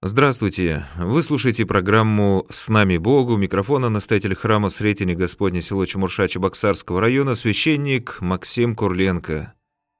Здравствуйте! Вы слушаете программу «С нами Бог». У микрофона настоятель храма Сретения Господня, село Чемурша Чебоксарского района, священник Максим Курленко.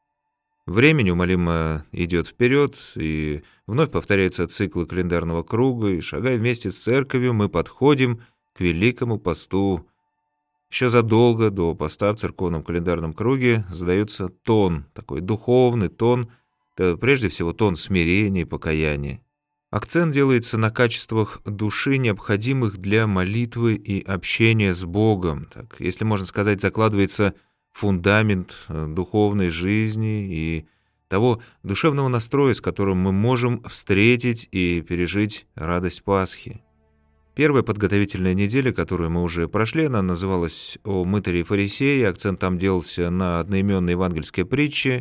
Время неумолимо идет вперед, и вновь повторяются циклы календарного круга, и, шагая вместе с церковью, мы подходим к Великому посту. Еще задолго до поста в церковном календарном круге задается тон, такой духовный тон, это прежде всего тон смирения и покаяния. Акцент делается на качествах души, необходимых для молитвы и общения с Богом. Так, если можно сказать, закладывается фундамент духовной жизни и того душевного настроя, с которым мы можем встретить и пережить радость Пасхи. Первая подготовительная неделя, которую мы уже прошли, она называлась «О мытаре и фарисее», акцент там делался на одноименной евангельской притче.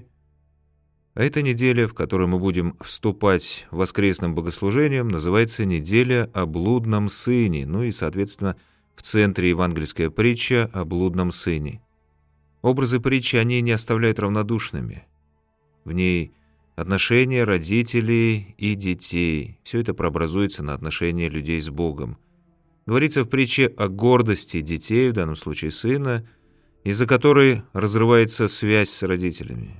А эта неделя, в которой мы будем вступать в воскресным богослужением, называется «Неделя о блудном сыне», ну и, соответственно, в центре евангельская притча о блудном сыне. Образы притчи, они не оставляют равнодушными. В ней отношения родителей и детей. Все это прообразуется на отношения людей с Богом. Говорится в притче о гордости детей, в данном случае сына, из-за которой разрывается связь с родителями.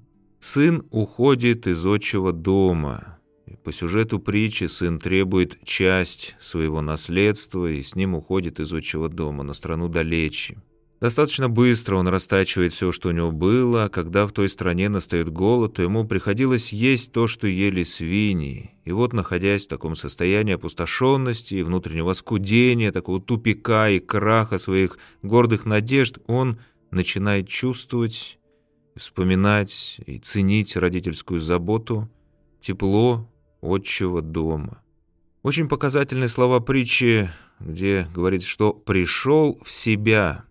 Сын уходит из отчего дома. По сюжету притчи сын требует часть своего наследства и с ним уходит из отчего дома на страну далече. Достаточно быстро он растачивает все, что у него было, а когда в той стране настает голод, то ему приходилось есть то, что ели свиньи. И вот, находясь в таком состоянии опустошенности и внутреннего скудения, такого тупика и краха своих гордых надежд, он начинает чувствовать, вспоминать и ценить родительскую заботу, тепло отчего дома. Очень показательные слова притчи, где говорится, что «пришел в себя».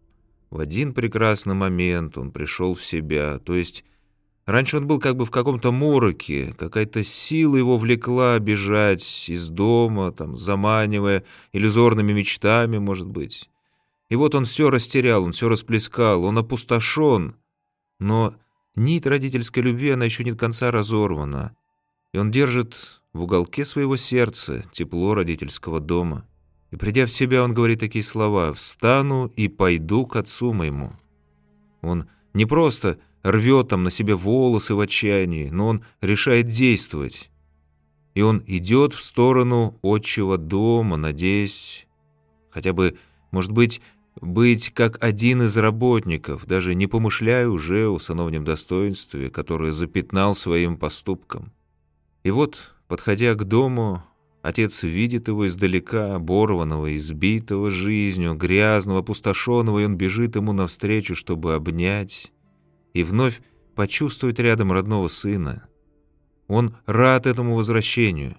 В один прекрасный момент он пришел в себя. То есть раньше он был как бы в каком-то мороке, какая-то сила его влекла бежать из дома, там, заманивая иллюзорными мечтами, может быть. И вот он все растерял, он все расплескал, он опустошен. Но нить родительской любви, она еще не до конца разорвана. И он держит в уголке своего сердца тепло родительского дома. И придя в себя, он говорит такие слова: «Встану и пойду к отцу моему». Он не просто рвет там на себе волосы в отчаянии, но он решает действовать. И он идет в сторону отчего дома, надеясь хотя бы, может быть как один из работников, даже не помышляя уже о сыновнем достоинстве, которое запятнал своим поступком. И вот, подходя к дому, отец видит его издалека, оборванного, избитого жизнью, грязного, опустошенного, и он бежит ему навстречу, чтобы обнять и вновь почувствовать рядом родного сына. Он рад этому возвращению.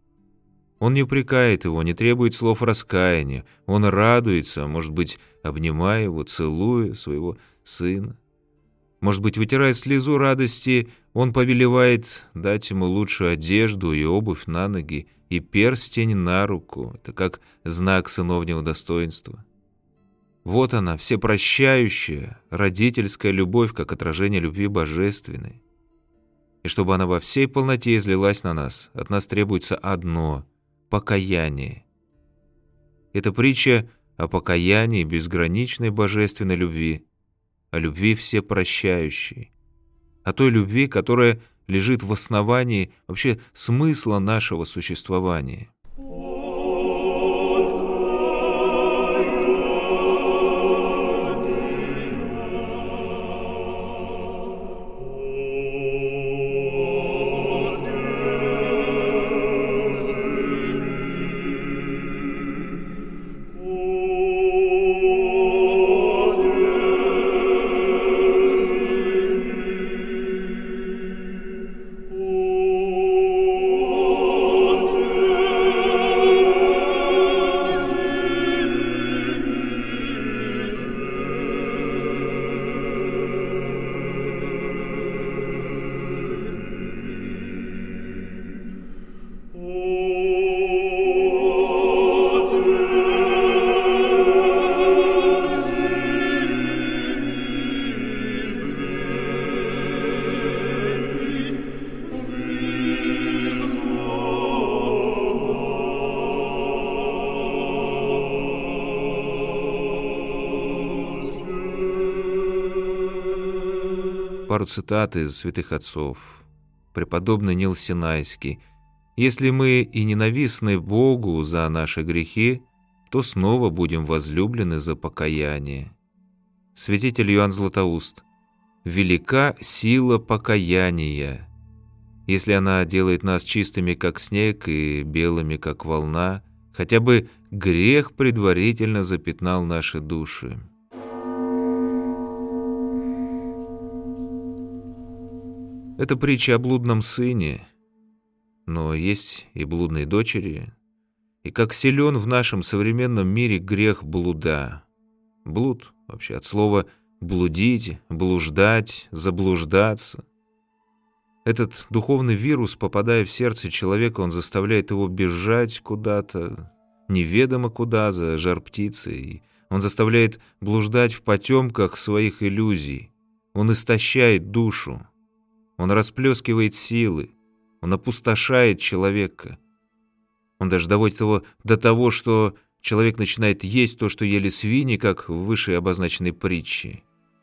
Он не упрекает его, не требует слов раскаяния. Он радуется, может быть, обнимая его, целуя своего сына. Может быть, вытирая слезу радости, он повелевает дать ему лучшую одежду и обувь на ноги, и перстень на руку. Это как знак сыновнего достоинства. Вот она, всепрощающая, родительская любовь, как отражение любви божественной. И чтобы она во всей полноте излилась на нас, от нас требуется одно — покаяние. Это притча о покаянии безграничной божественной любви, о любви всепрощающей, о той любви, которая лежит в основании вообще смысла нашего существования. пару цитат из святых отцов. Преподобный Нил Синайский: «Если мы и ненавистны Богу за наши грехи, то снова будем возлюблены за покаяние». Святитель Иоанн Златоуст: «Велика сила покаяния. Если она делает нас чистыми, как снег, и белыми, как волна, хотя бы грех предварительно запятнал наши души». Это притча о блудном сыне, но есть и блудные дочери, и как силен в нашем современном мире грех блуда. Блуд вообще от слова блудить, блуждать, заблуждаться. Этот духовный вирус, попадая в сердце человека, он заставляет его бежать куда-то, неведомо куда, за жар-птицей. Он заставляет блуждать в потемках своих иллюзий. Он истощает душу. Он расплескивает силы. Он опустошает человека. Он даже доводит его до того, что человек начинает есть то, что ели свиньи, как в выше обозначенной притче.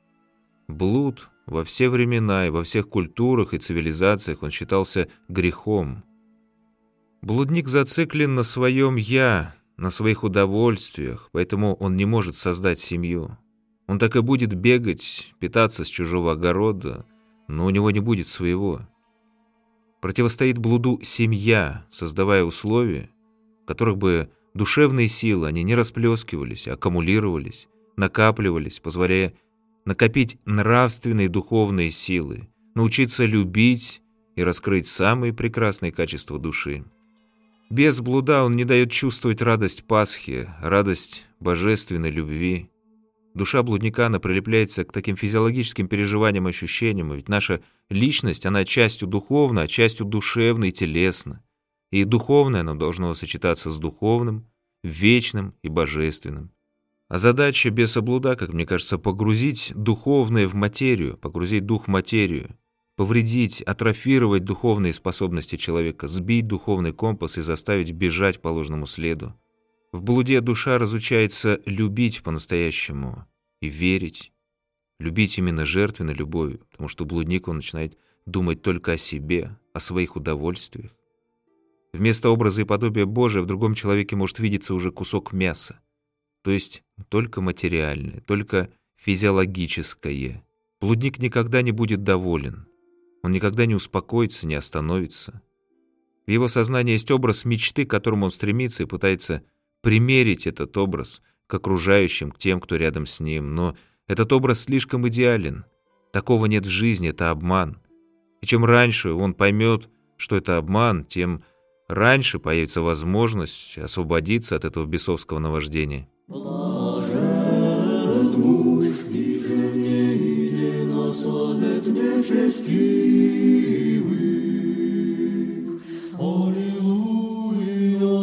Блуд во все времена и во всех культурах и цивилизациях он считался грехом. Блудник зациклен на своем «я», на своих удовольствиях, поэтому он не может создать семью. Он так и будет бегать, питаться с чужого огорода, но у него не будет своего. Противостоит блуду семья, создавая условия, в которых бы душевные силы, они не расплескивались, а аккумулировались, накапливались, позволяя накопить нравственные и духовные силы, научиться любить и раскрыть самые прекрасные качества души. Без блуда он не дает чувствовать радость Пасхи, радость божественной любви. Душа блудника, она прилепляется к таким физиологическим переживаниям и ощущениям, ведь наша личность, она частью духовна, а частью душевной и телесна. И духовное оно должно сочетаться с духовным, вечным и божественным. А задача беса блуда, как мне кажется, погрузить духовное в материю, погрузить дух в материю, повредить, атрофировать духовные способности человека, сбить духовный компас и заставить бежать по ложному следу. В блуде душа разучается любить по-настоящему и верить, любить именно жертвенной любовью, потому что блудник, он начинает думать только о себе, о своих удовольствиях. Вместо образа и подобия Божия в другом человеке может видеться уже кусок мяса, то есть только материальное, только физиологическое. Блудник никогда не будет доволен, он никогда не успокоится, не остановится. В его сознании есть образ мечты, к которому он стремится и пытается примерить этот образ к окружающим, к тем, кто рядом с ним. Но этот образ слишком идеален. Такого нет в жизни, это обман. И чем раньше он поймет, что это обман, тем раньше появится возможность освободиться от этого бесовского наваждения. Блажен муж, ниже мне иде на совет нечестивых. Аллилуйя,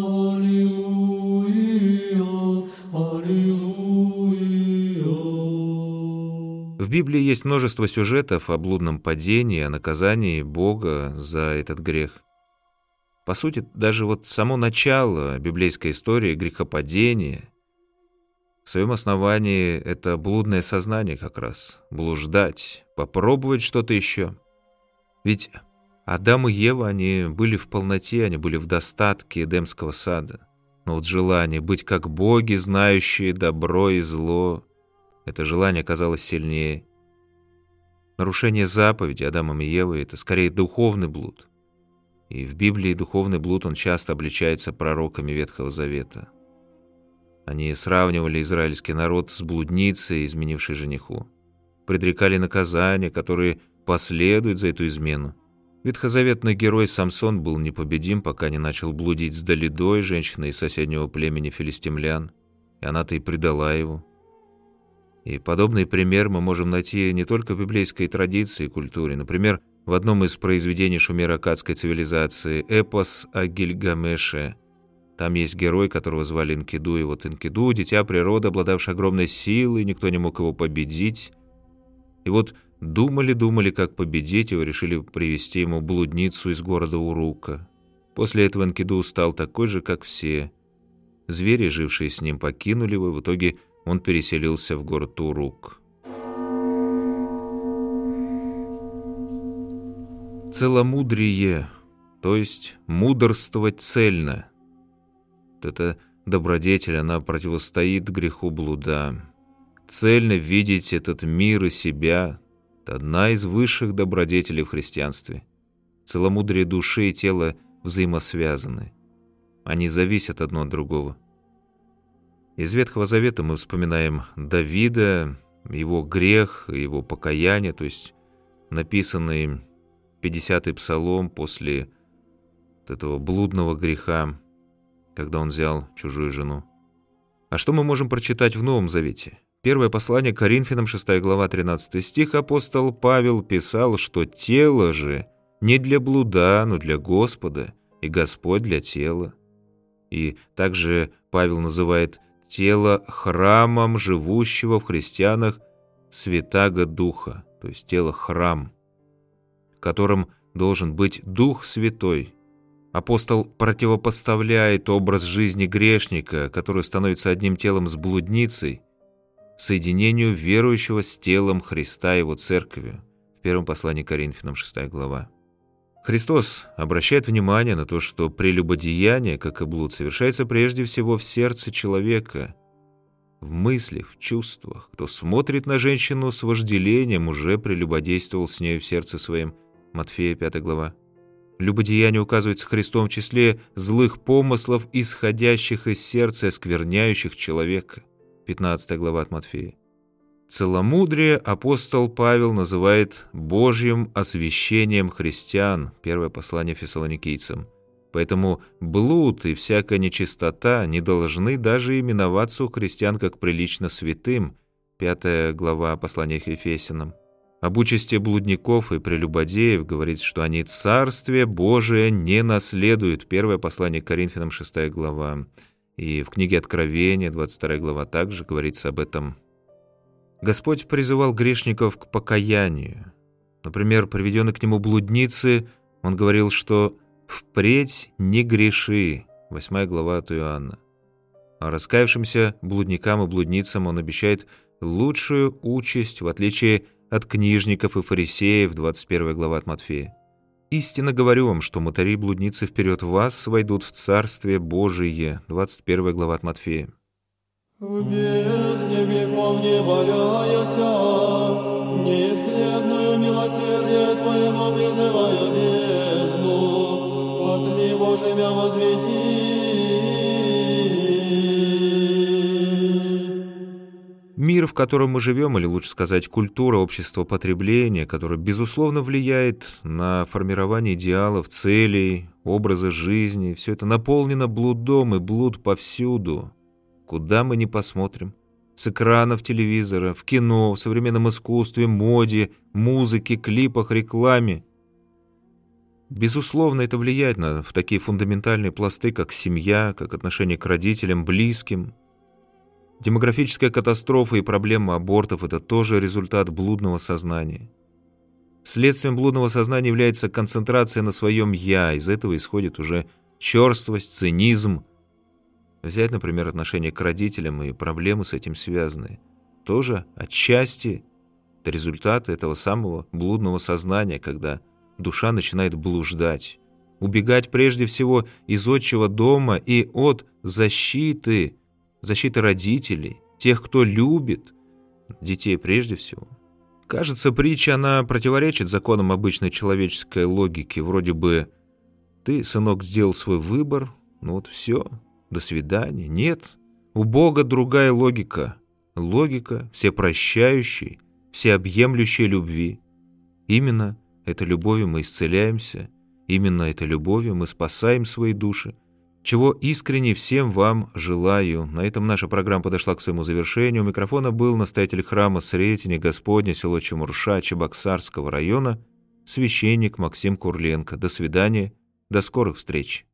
аллилуйя, аллилуйя. В Библии есть множество сюжетов о блудном падении, о наказании Бога за этот грех. По сути, даже вот само начало библейской истории грехопадения в своем основании это блудное сознание как раз, блуждать, попробовать что-то еще. Ведь Адам и Ева, они были в полноте, они были в достатке Эдемского сада. Но вот желание быть как боги, знающие добро и зло, это желание оказалось сильнее. Нарушение заповеди Адамом и Евой – это скорее духовный блуд. И в Библии духовный блуд, он часто обличается пророками Ветхого Завета. Они сравнивали израильский народ с блудницей, изменившей жениху. Предрекали наказания, которые последуют за эту измену. Ветхозаветный герой Самсон был непобедим, пока не начал блудить с Далидой, женщиной из соседнего племени филистимлян, и она-то и предала его. И подобный пример мы можем найти не только в библейской традиции и культуре. Например, в одном из произведений шумеро-аккадской цивилизации эпос о Гильгамеше. Там есть герой, которого звали Энкиду, и вот Энкиду, дитя природы, обладавший огромной силой, никто не мог его победить. И вот думали, как победить его, решили привести ему блудницу из города Урука. После этого Энкиду стал такой же, как все. Звери, жившие с ним, покинули его, и в итоге он переселился в город Урук. Целомудрие, то есть мудрствовать цельно. Вот эта добродетель, она противостоит греху блуда. Цельно видеть этот мир и себя – это одна из высших добродетелей в христианстве. Целомудрие души и тела взаимосвязаны. Они зависят одно от другого. Из Ветхого Завета мы вспоминаем Давида, его грех, его покаяние, то есть написанный 50-й псалом после вот этого блудного греха, когда он взял чужую жену. А что мы можем прочитать в Новом Завете? Первое послание к Коринфянам, 6 глава, 13 стих, апостол Павел писал, что тело же не для блуда, но для Господа, и Господь для тела. И также Павел называет тело храмом живущего в христианах Святаго Духа, то есть тело храм, в котором должен быть Дух Святой. Апостол противопоставляет образ жизни грешника, который становится одним телом с блудницей, соединению верующего с телом Христа и его церковью, в первом послании к Коринфянам, 6 глава. Христос обращает внимание на то, что прелюбодеяние, как и блуд, совершается прежде всего в сердце человека, в мыслях, в чувствах. Кто смотрит на женщину с вожделением, уже прелюбодействовал с нею в сердце своем. Матфея, 5 глава. Любодеяние указывается Христом в числе злых помыслов, исходящих из сердца, оскверняющих человека. 15 глава от Матфея. Целомудрие апостол Павел называет Божьим освящением христиан, первое послание Фессалоникийцам. Поэтому блуд и всякая нечистота не должны даже именоваться у христиан как прилично святым, 5 глава послания к Ефесянам. Об участи блудников и прелюбодеев говорится, что они Царствие Божие не наследуют, первое послание к Коринфянам, 6 глава. И в книге Откровения, 22 глава, также говорится об этом. Господь призывал грешников к покаянию. Например, приведенный к нему блудницы, он говорил, что «впредь не греши», 8 глава от Иоанна. А раскаявшимся блудникам и блудницам он обещает лучшую участь, в отличие от книжников и фарисеев, 21 глава от Матфея. «Истинно говорю вам, что мытари и блудницы вперед вас войдут в Царствие Божие», 21 глава от Матфея. В бездне грехов не валяяся, неисследную милосердие Твоего призывая бездну, от Него же мя возведи. Мир, в котором мы живем, или лучше сказать, культура общества потребления, которая, безусловно, влияет на формирование идеалов, целей, образа жизни, все это наполнено блудом, и блуд повсюду. Куда мы ни посмотрим. С экранов телевизора, в кино, в современном искусстве, моде, музыке, клипах, рекламе. Безусловно, это влияет в такие фундаментальные пласты, как семья, как отношение к родителям, близким. Демографическая катастрофа и проблема абортов – это тоже результат блудного сознания. Следствием блудного сознания является концентрация на своем «я», из этого исходит уже черствость, цинизм. Взять, например, отношение к родителям и проблемы с этим связанные. Тоже отчасти это результат этого самого блудного сознания, когда душа начинает блуждать, убегать прежде всего из отчего дома и от защиты родителей, тех, кто любит, детей прежде всего. Кажется, притча, она противоречит законам обычной человеческой логики. Вроде бы ты, сынок, сделал свой выбор, ну вот все, до свидания. Нет, у Бога другая логика. Логика всепрощающей, всеобъемлющей любви. Именно этой любовью мы исцеляемся, именно этой любовью мы спасаем свои души, чего искренне всем вам желаю. На этом наша программа подошла к своему завершению. У микрофона был настоятель храма Сретения Господня, село Чумурша, Чебоксарского района, священник Максим Курленко. До свидания, до скорых встреч.